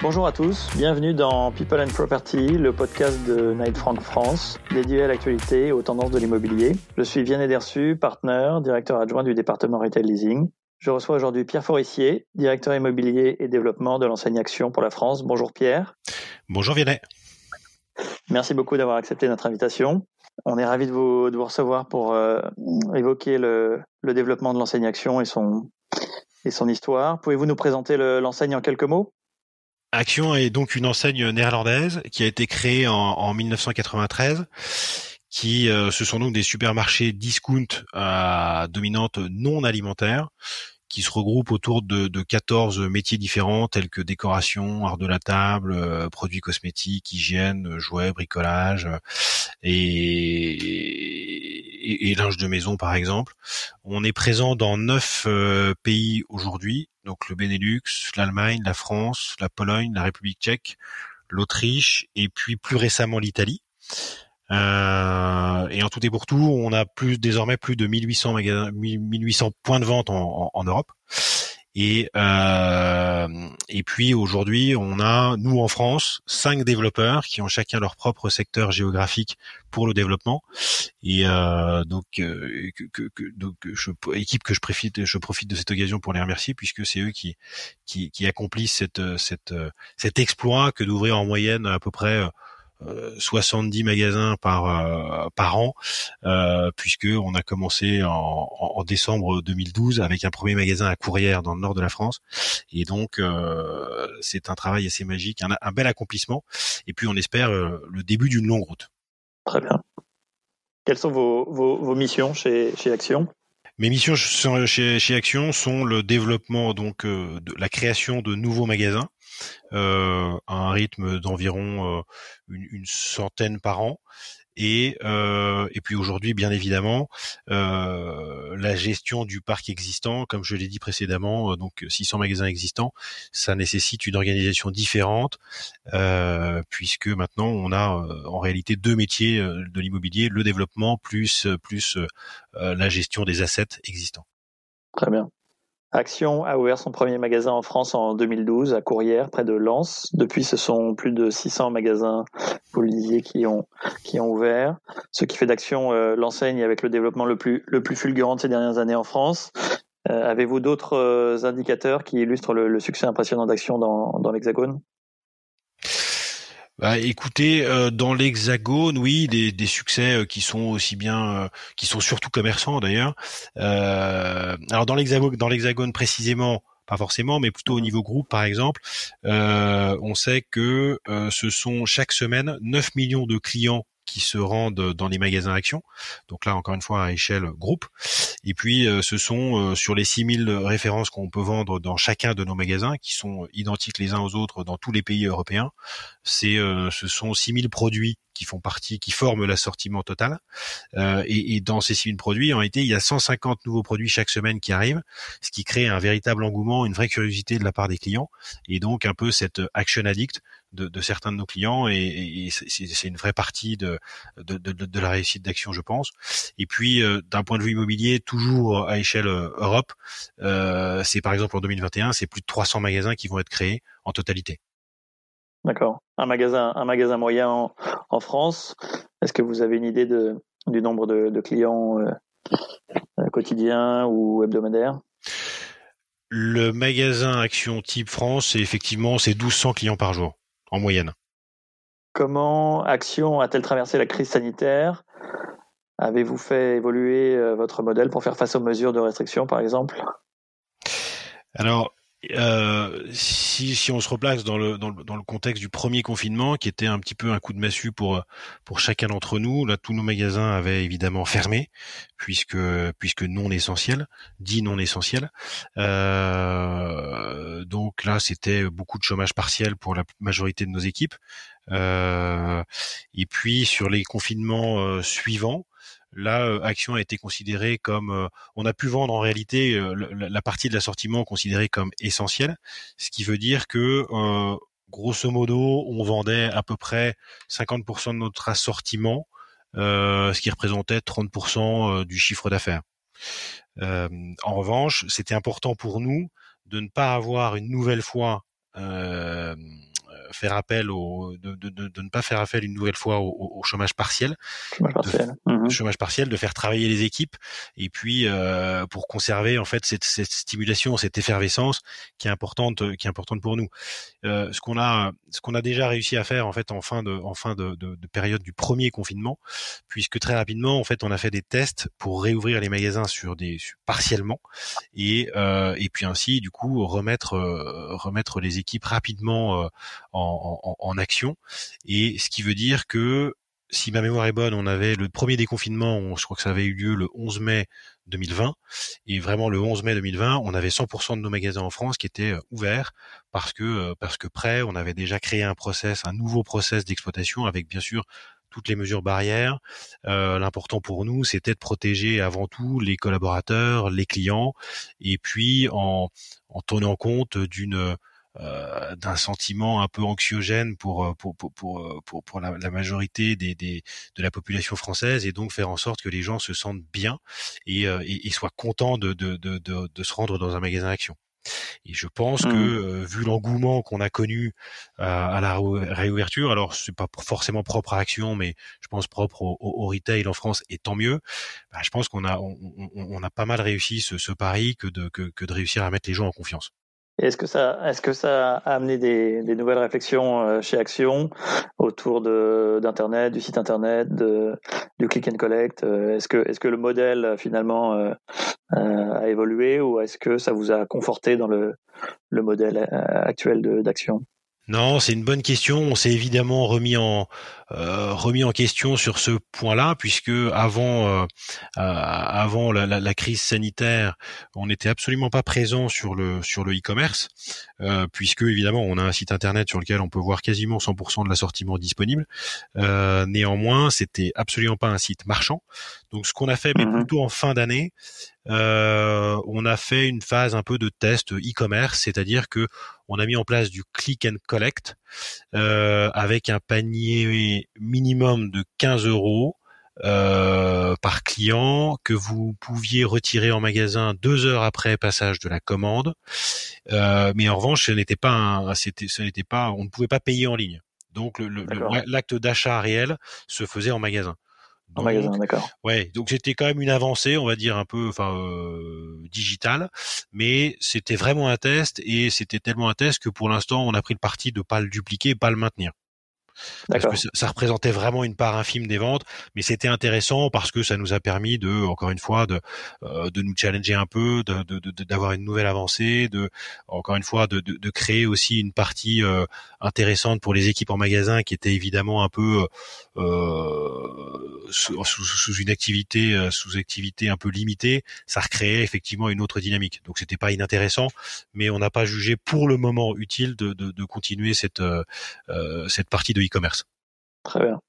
Bonjour à tous, bienvenue dans People and Property, le podcast de Knight Frank France, dédié à l'actualité et aux tendances de l'immobilier. Je suis Vianney Dersu, partner, directeur adjoint du département Retail Leasing. Je reçois aujourd'hui Pierre Forissier, directeur immobilier et développement de l'enseigne Action pour la France. Bonjour Pierre. Bonjour Vianney. Merci beaucoup d'avoir accepté notre invitation. On est ravis de vous recevoir pour évoquer le développement de l'enseigne Action et son histoire. Pouvez-vous nous présenter l'enseigne en quelques mots ? Action est donc une enseigne néerlandaise qui a été créée en 1993, qui ce sont donc des supermarchés discount à dominante non alimentaire, qui se regroupent autour de 14 métiers différents tels que décoration, art de la table, produits cosmétiques, hygiène, jouets, bricolage et linge de maison par exemple. On est présent dans 9 pays aujourd'hui, donc le Benelux, l'Allemagne, la France, la Pologne, la République tchèque, l'Autriche et puis plus récemment l'Italie. Et en tout et pour tout, on a désormais plus de 1800 magasins, 1800 points de vente en Europe. Et puis aujourd'hui, on a, nous en France, 5 développeurs qui ont chacun leur propre secteur géographique pour le développement. Et équipe que je profite de cette occasion pour les remercier, puisque c'est eux qui accomplissent cet exploit que d'ouvrir en moyenne à peu près 70 magasins par an, puisque on a commencé en décembre 2012 avec un premier magasin à Courrières dans le nord de la France, et donc c'est un travail assez magique, un bel accomplissement, et puis on espère le début d'une longue route. Très bien. Quelles sont vos missions chez Action ? Mes missions chez Action sont le développement, donc de la création de nouveaux magasins, à un rythme d'environ une centaine par an, et puis aujourd'hui bien évidemment la gestion du parc existant, comme je l'ai dit précédemment, donc 600 magasins existants, ça nécessite une organisation différente, puisque maintenant on a en réalité 2 métiers de l'immobilier, le développement plus la gestion des assets existants. Très bien. Action a ouvert son premier magasin en France en 2012 à Courrières, près de Lens. Depuis, ce sont plus de 600 magasins, vous le disiez, qui ont ouvert. Ce qui fait d'Action l'enseigne avec le développement le plus fulgurant de ces dernières années en France. Avez-vous d'autres indicateurs qui illustrent le succès impressionnant d'Action dans l'Hexagone ? Écoutez, dans l'Hexagone, oui, des succès qui sont aussi bien, qui sont surtout commerçants d'ailleurs. Alors dans l'Hexagone précisément, pas forcément, mais plutôt au niveau groupe par exemple, on sait que ce sont chaque semaine 9 millions de clients qui se rendent dans les magasins Action. Donc là, encore une fois, à échelle groupe. Et puis, ce sont sur les 6000 références qu'on peut vendre dans chacun de nos magasins, qui sont identiques les uns aux autres dans tous les pays européens. Ce sont 6000 produits qui forment l'assortiment total. Et dans ces 6000 produits, en réalité, il y a 150 nouveaux produits chaque semaine qui arrivent, ce qui crée un véritable engouement, une vraie curiosité de la part des clients, et donc un peu cette action addict de certains de nos clients, et c'est une vraie partie de la réussite d'Action, je pense. Et puis d'un point de vue immobilier, toujours à échelle Europe, c'est par exemple en 2021, c'est plus de 300 magasins qui vont être créés en totalité. D'accord. Un magasin moyen en France. Est-ce que vous avez une idée du nombre de clients quotidiens ou hebdomadaires ? Le magasin Action type France, c'est 1200 clients par jour en moyenne. Comment Action a-t-elle traversé la crise sanitaire ? Avez-vous fait évoluer votre modèle pour faire face aux mesures de restriction, par exemple ? Alors, si on se replace dans le contexte du premier confinement, qui était un petit peu un coup de massue pour chacun d'entre nous, là tous nos magasins avaient évidemment fermé, puisque non essentiels, dit non essentiels. Donc là, c'était beaucoup de chômage partiel pour la majorité de nos équipes. Et puis sur les confinements suivants, là, Action a été considérée comme, on a pu vendre en réalité la partie de l'assortiment considérée comme essentielle, ce qui veut dire que grosso modo, on vendait à peu près 50% de notre assortiment, ce qui représentait 30% du chiffre d'affaires. En revanche, c'était important pour nous de ne pas avoir une nouvelle fois faire appel de ne pas faire appel une nouvelle fois au chômage partiel. Chômage partiel, de faire travailler les équipes, et puis pour conserver en fait cette stimulation, cette effervescence qui est importante pour nous. Ce qu'on a déjà réussi à faire en fait en fin de période du premier confinement, puisque très rapidement en fait on a fait des tests pour réouvrir les magasins partiellement, et puis ainsi du coup remettre les équipes rapidement en action, et ce qui veut dire que, si ma mémoire est bonne, on avait le premier déconfinement, je crois que ça avait eu lieu le 11 mai 2020, et vraiment le 11 mai 2020, on avait 100% de nos magasins en France qui étaient ouverts parce que prêts. On avait déjà créé un nouveau process d'exploitation avec bien sûr toutes les mesures barrières. L'important pour nous, c'était de protéger avant tout les collaborateurs, les clients, et puis en tenant compte d'un sentiment un peu anxiogène pour la majorité de la population française, et donc faire en sorte que les gens se sentent bien et soient contents de se rendre dans un magasin Action. Et je pense que vu l'engouement qu'on a connu à la réouverture, alors c'est pas forcément propre à Action, mais je pense propre au retail en France, et tant mieux. Je pense qu'on a pas mal réussi ce pari que de réussir à mettre les gens en confiance. Est-ce que ça a amené des nouvelles réflexions chez Action autour d'internet, du site internet, du click and collect? Est-ce que le modèle finalement a évolué, ou est-ce que ça vous a conforté dans le modèle actuel d'Action? Non, c'est une bonne question. On s'est évidemment remis en question sur ce point-là, puisque avant la crise sanitaire, on n'était absolument pas présent sur le e-commerce, puisque évidemment on a un site internet sur lequel on peut voir quasiment 100% de l'assortiment disponible. Néanmoins, c'était absolument pas un site marchand. Donc ce qu'on a fait, mais plutôt en fin d'année, on a fait une phase un peu de test e-commerce, c'est-à-dire que on a mis en place du click and collect avec un panier minimum de 15 € par client, que vous pouviez retirer en magasin 2 heures après passage de la commande. Mais en revanche, on ne pouvait pas payer en ligne. Donc l'acte d'achat réel se faisait en magasin. En magasin, d'accord. Ouais, donc c'était quand même une avancée, on va dire un peu, digitale, mais c'était vraiment un test, et c'était tellement un test que pour l'instant, on a pris le parti de pas le dupliquer, pas le maintenir. Parce que ça représentait vraiment une part infime des ventes, mais c'était intéressant parce que ça nous a permis encore une fois, de nous challenger un peu, d'avoir une nouvelle avancée, encore une fois, de créer aussi une partie intéressante pour les équipes en magasin, qui était évidemment un peu sous une activité un peu limitée. Ça recréait effectivement une autre dynamique. Donc c'était pas inintéressant, mais on n'a pas jugé pour le moment utile de continuer cette partie de e-commerce. Très bien.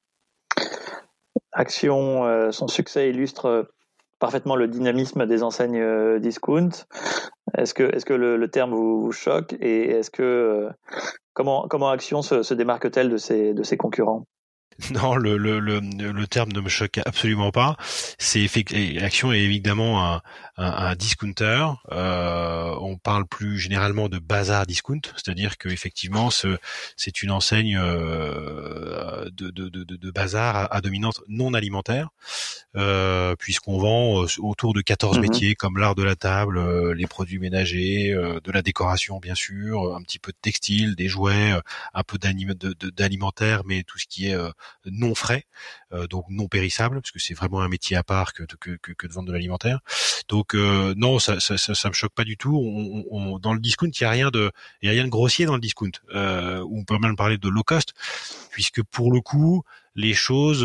Action, son succès illustre parfaitement le dynamisme des enseignes discount. Est-ce que le terme vous choque, et est-ce que comment Action se démarque-t-elle de ses concurrents? Non, le terme ne me choque absolument pas. Action est évidemment un discounter. On parle plus généralement de bazar discount, c'est-à-dire que effectivement c'est une enseigne de bazar à dominante non alimentaire, puisqu'on vend autour de 14 métiers comme l'art de la table, les produits ménagers, de la décoration bien sûr, un petit peu de textile, des jouets, un peu d'alimentaire, mais tout ce qui est non frais, donc non périssable, parce que c'est vraiment un métier à part que de vendre de l'alimentaire. Donc non, ça me choque pas du tout. Dans le discount, il y a rien de grossier dans le discount. On peut même parler de low cost, puisque pour le coup, les choses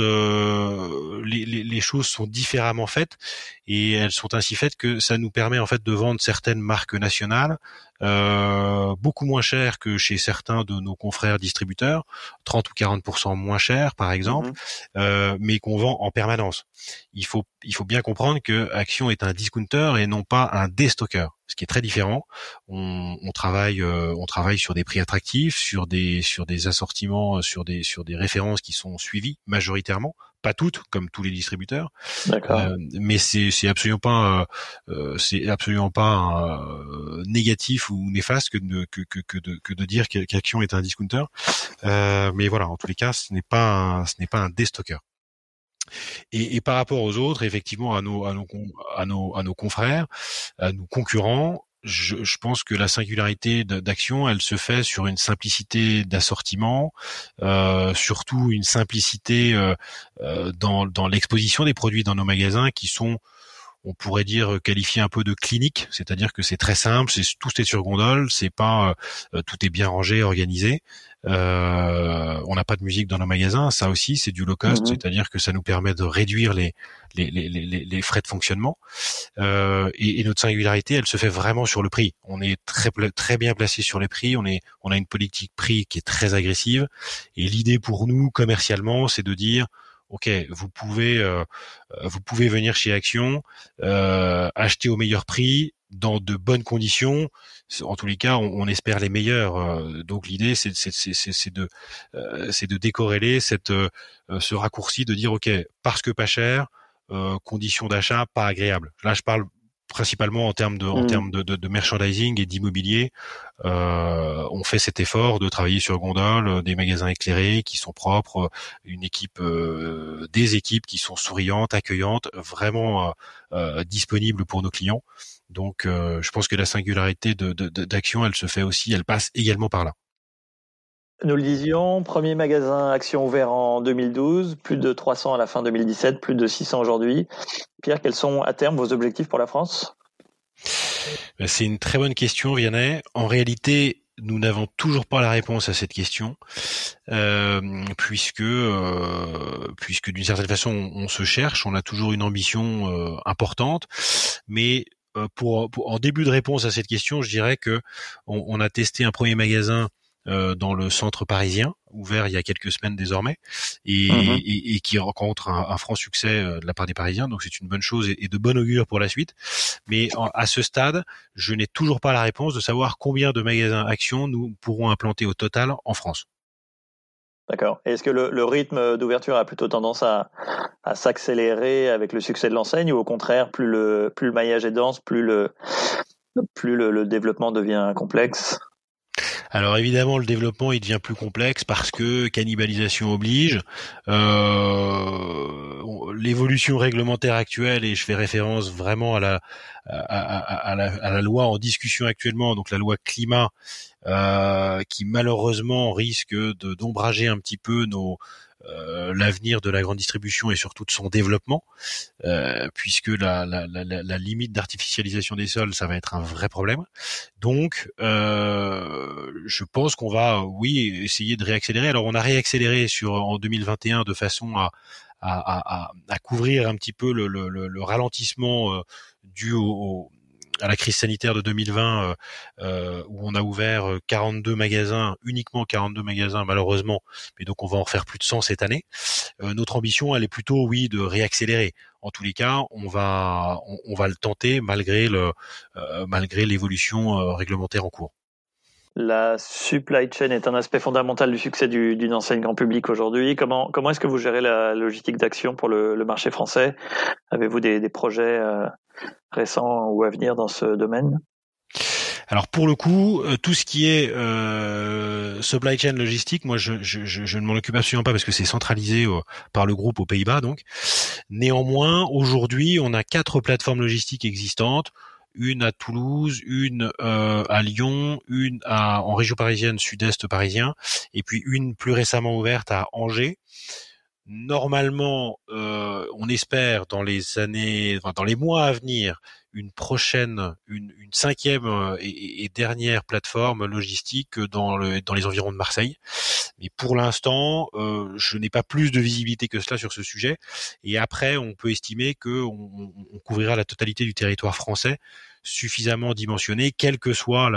sont différemment faites, et elles sont ainsi faites que ça nous permet en fait de vendre certaines marques nationales beaucoup moins cher que chez certains de nos confrères distributeurs, 30 ou 40% moins cher par exemple, mais qu'on vend en permanence. Il faut bien comprendre que Action est un discounter et non pas un déstocker, ce qui est très différent. On travaille sur des prix attractifs, sur des assortiments, sur des références qui sont suivies majoritairement, pas toutes, comme tous les distributeurs. D'accord. Mais c'est absolument pas négatif ou néfaste que de dire qu'Action est un discounter. Mais voilà, en tous les cas, ce n'est pas un déstocker. Et par rapport aux autres, effectivement, à nos confrères, à nos concurrents, je pense que la singularité d'Action, elle se fait sur une simplicité d'assortiment, surtout une simplicité dans l'exposition des produits dans nos magasins qui sont, on pourrait dire, qualifiés un peu de cliniques, c'est-à-dire que c'est très simple, tout est sur gondole, c'est pas tout est bien rangé, organisé. On n'a pas de musique dans nos magasins, ça aussi c'est du low cost, c'est-à-dire que ça nous permet de réduire les frais de fonctionnement. Et notre singularité, elle se fait vraiment sur le prix. On est très bien placé sur les prix. On a une politique prix qui est très agressive. Et l'idée pour nous commercialement, c'est de dire OK, vous pouvez venir chez Action, acheter au meilleur prix dans de bonnes conditions. En tous les cas, on espère les meilleurs. Donc l'idée, c'est de décorréler ce raccourci, de dire OK, parce que pas cher, conditions d'achat pas agréables. Là, je parle principalement en termes de merchandising et d'immobilier. On fait cet effort de travailler sur gondole, des magasins éclairés qui sont propres, une équipe, des équipes qui sont souriantes, accueillantes, vraiment disponibles pour nos clients. Donc, je pense que la singularité d'Action, elle se fait aussi, elle passe également par là. Nous le disions, premier magasin Action ouvert en 2012, plus de 300 à la fin 2017, plus de 600 aujourd'hui. Pierre, quels sont à terme vos objectifs pour la France ? C'est une très bonne question, Vianney. En réalité, nous n'avons toujours pas la réponse à cette question, puisque d'une certaine façon, on se cherche, on a toujours une ambition importante, mais en début de réponse à cette question, je dirais que on a testé un premier magasin dans le centre parisien, ouvert il y a quelques semaines désormais, et qui rencontre un franc succès de la part des Parisiens. Donc c'est une bonne chose et de bon augure pour la suite. Mais à ce stade, je n'ai toujours pas la réponse de savoir combien de magasins Action nous pourrons implanter au total en France. D'accord. Et est-ce que le rythme d'ouverture a plutôt tendance à s'accélérer avec le succès de l'enseigne, ou au contraire, plus le maillage est dense, plus le développement devient complexe ? Alors évidemment, le développement il devient plus complexe parce que cannibalisation oblige. L'évolution réglementaire actuelle, et je fais référence vraiment à la loi en discussion actuellement, donc la loi climat, qui malheureusement risque d'ombrager un petit peu l'avenir de la grande distribution et surtout de son développement, puisque la limite d'artificialisation des sols, ça va être un vrai problème. Donc, je pense qu'on va, oui, essayer de réaccélérer. Alors, on a réaccéléré en 2021 de façon à couvrir un petit peu le ralentissement dû à la crise sanitaire de 2020, où on a ouvert 42 magasins, uniquement 42 magasins malheureusement, mais donc on va en refaire plus de 100 cette année. Notre ambition, elle est plutôt, oui, de réaccélérer. En tous les cas, on va le tenter malgré l'évolution réglementaire en cours. La supply chain est un aspect fondamental du succès d'une enseigne grand public aujourd'hui. Comment est-ce que vous gérez la logistique d'Action pour le marché français ? Avez-vous des projets récents ou à venir dans ce domaine ? Alors pour le coup, tout ce qui est supply chain logistique, moi je ne m'en occupe absolument pas parce que c'est centralisé par le groupe aux Pays-Bas. Donc, néanmoins, aujourd'hui, on a 4 plateformes logistiques existantes. Une à Toulouse, une à Lyon, une en région parisienne, sud-est parisien, et puis une plus récemment ouverte à Angers. Normalement, on espère dans les mois à venir, une cinquième et dernière plateforme logistique dans les environs de Marseille. Mais pour l'instant, je n'ai pas plus de visibilité que cela sur ce sujet. Et après, on peut estimer que on couvrira la totalité du territoire français, suffisamment dimensionné, quel que soit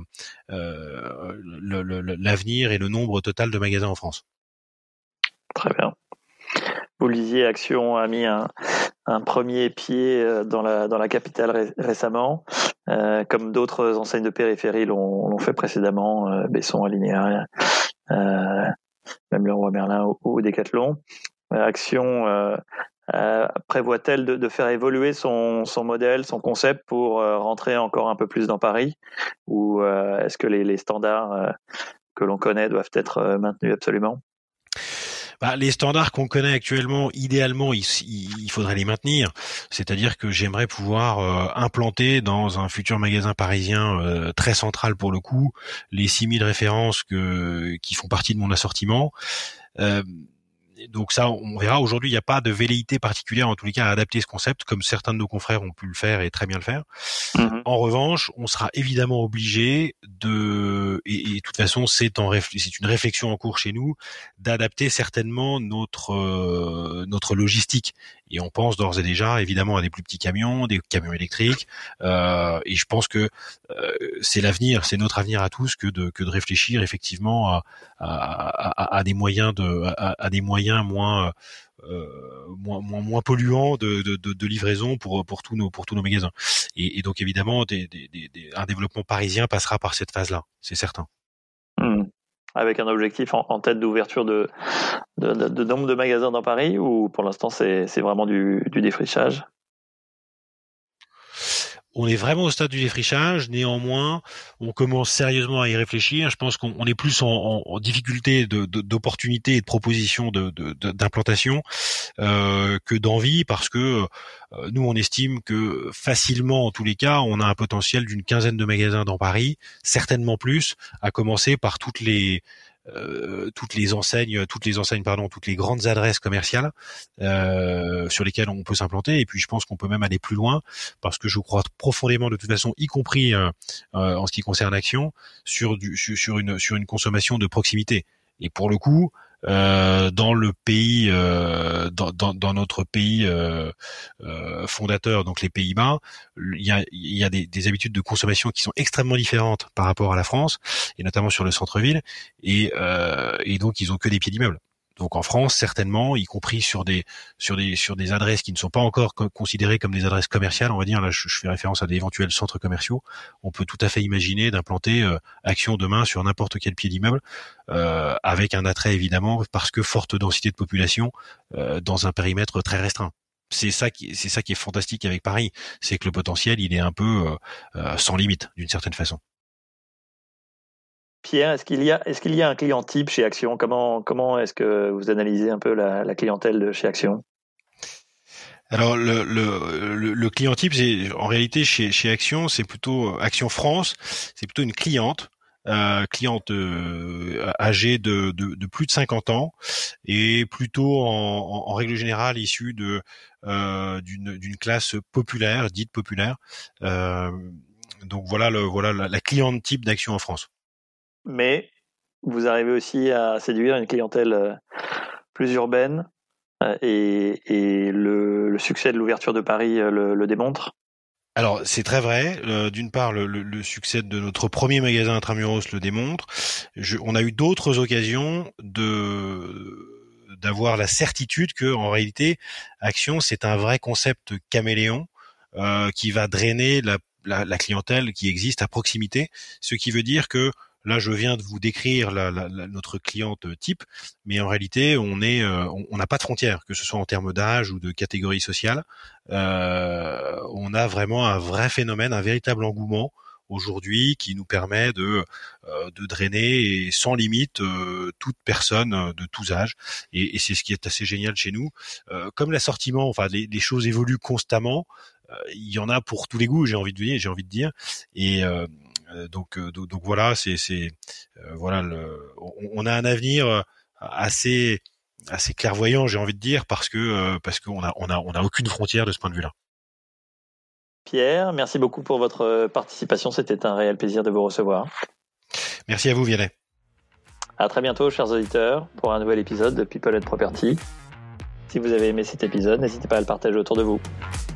l'avenir et le nombre total de magasins en France. Très bien. Vous le disiez, Action a mis un premier pied dans la capitale récemment, comme d'autres enseignes de périphérie l'ont fait précédemment, Besson, Alinéa, même Leroy Merlin ou Decathlon. Action prévoit-elle de faire évoluer son modèle, son concept pour rentrer encore un peu plus dans Paris, ou est-ce que les standards que l'on connaît doivent être maintenus absolument? Les standards qu'on connaît actuellement, idéalement, il faudrait les maintenir. C'est-à-dire que j'aimerais pouvoir implanter dans un futur magasin parisien très central pour le coup, les 6000 références qui font partie de mon assortiment. Donc ça, on verra. Aujourd'hui, il n'y a pas de velléité particulière, en tous les cas, à adapter ce concept, comme certains de nos confrères ont pu le faire et très bien le faire. En revanche, on sera évidemment obligé et de toute façon, c'est une réflexion en cours chez nous, d'adapter certainement notre logistique. Et on pense d'ores et déjà, évidemment, à des plus petits camions, des camions électriques. Et je pense que c'est l'avenir, c'est notre avenir à tous que de réfléchir effectivement à des moyens moins polluants de livraison pour tous nos magasins. Et donc évidemment, un développement parisien passera par cette phase-là, c'est certain. Avec un objectif en tête d'ouverture de nombre de magasins dans Paris, ou pour l'instant c'est vraiment du défrichage? On est vraiment au stade du défrichage. Néanmoins, on commence sérieusement à y réfléchir. Je pense qu'on est plus en difficulté d'opportunité et de proposition d'implantation que d'envie, parce que nous, on estime que facilement, en tous les cas, on a un potentiel d'une 15aine de magasins dans Paris, certainement plus, à commencer par toutes les grandes adresses commerciales sur lesquelles on peut s'implanter. Et puis je pense qu'on peut même aller plus loin, parce que je crois profondément, de toute façon, y compris en ce qui concerne Action, sur une consommation de proximité. Et pour le coup, dans le pays, dans notre pays fondateur, donc les Pays-Bas, il y a des habitudes de consommation qui sont extrêmement différentes par rapport à la France, et notamment sur le centre-ville, et donc ils ont que des pieds d'immeuble. Donc en France, certainement, y compris sur des adresses qui ne sont pas encore considérées comme des adresses commerciales, on va dire, là je fais référence à des éventuels centres commerciaux, on peut tout à fait imaginer d'implanter Action demain sur n'importe quel pied d'immeuble, avec un attrait évidemment, parce que forte densité de population dans un périmètre très restreint. C'est ça qui est fantastique avec Paris, c'est que le potentiel, il est un peu sans limite d'une certaine façon. Pierre, est-ce qu'il y a un client type chez Action? Comment est-ce que vous analysez un peu la clientèle de chez Action? Alors le client type, c'est en réalité chez Action, c'est plutôt Action France, c'est plutôt une cliente âgée de plus de 50 ans, et plutôt en règle générale issue d'une classe populaire, dite populaire. Donc voilà la cliente type d'Action en France. Mais vous arrivez aussi à séduire une clientèle plus urbaine, et le succès de l'ouverture de Paris le démontre. Alors c'est très vrai. D'une part, le succès de notre premier magasin Intramuros le démontre. On a eu d'autres occasions d'avoir la certitude que en réalité Action, c'est un vrai concept caméléon qui va drainer la clientèle qui existe à proximité, ce qui veut dire que là, je viens de vous décrire notre cliente type, mais en réalité, on n'a pas de frontières, que ce soit en termes d'âge ou de catégorie sociale. On a vraiment un vrai phénomène, un véritable engouement aujourd'hui qui nous permet de drainer et sans limite toute personne de tous âges. Et c'est ce qui est assez génial chez nous. Comme l'assortiment, enfin les choses évoluent constamment. Il y en a pour tous les goûts, j'ai envie de dire. Et donc voilà, on a un avenir assez clairvoyant, j'ai envie de dire, parce qu'on a aucune frontière de ce point de vue-là. Pierre, merci beaucoup pour votre participation, c'était un réel plaisir de vous recevoir. Merci à vous, Vianney. À très bientôt, chers auditeurs, pour un nouvel épisode de People and Property. Si vous avez aimé cet épisode, n'hésitez pas à le partager autour de vous.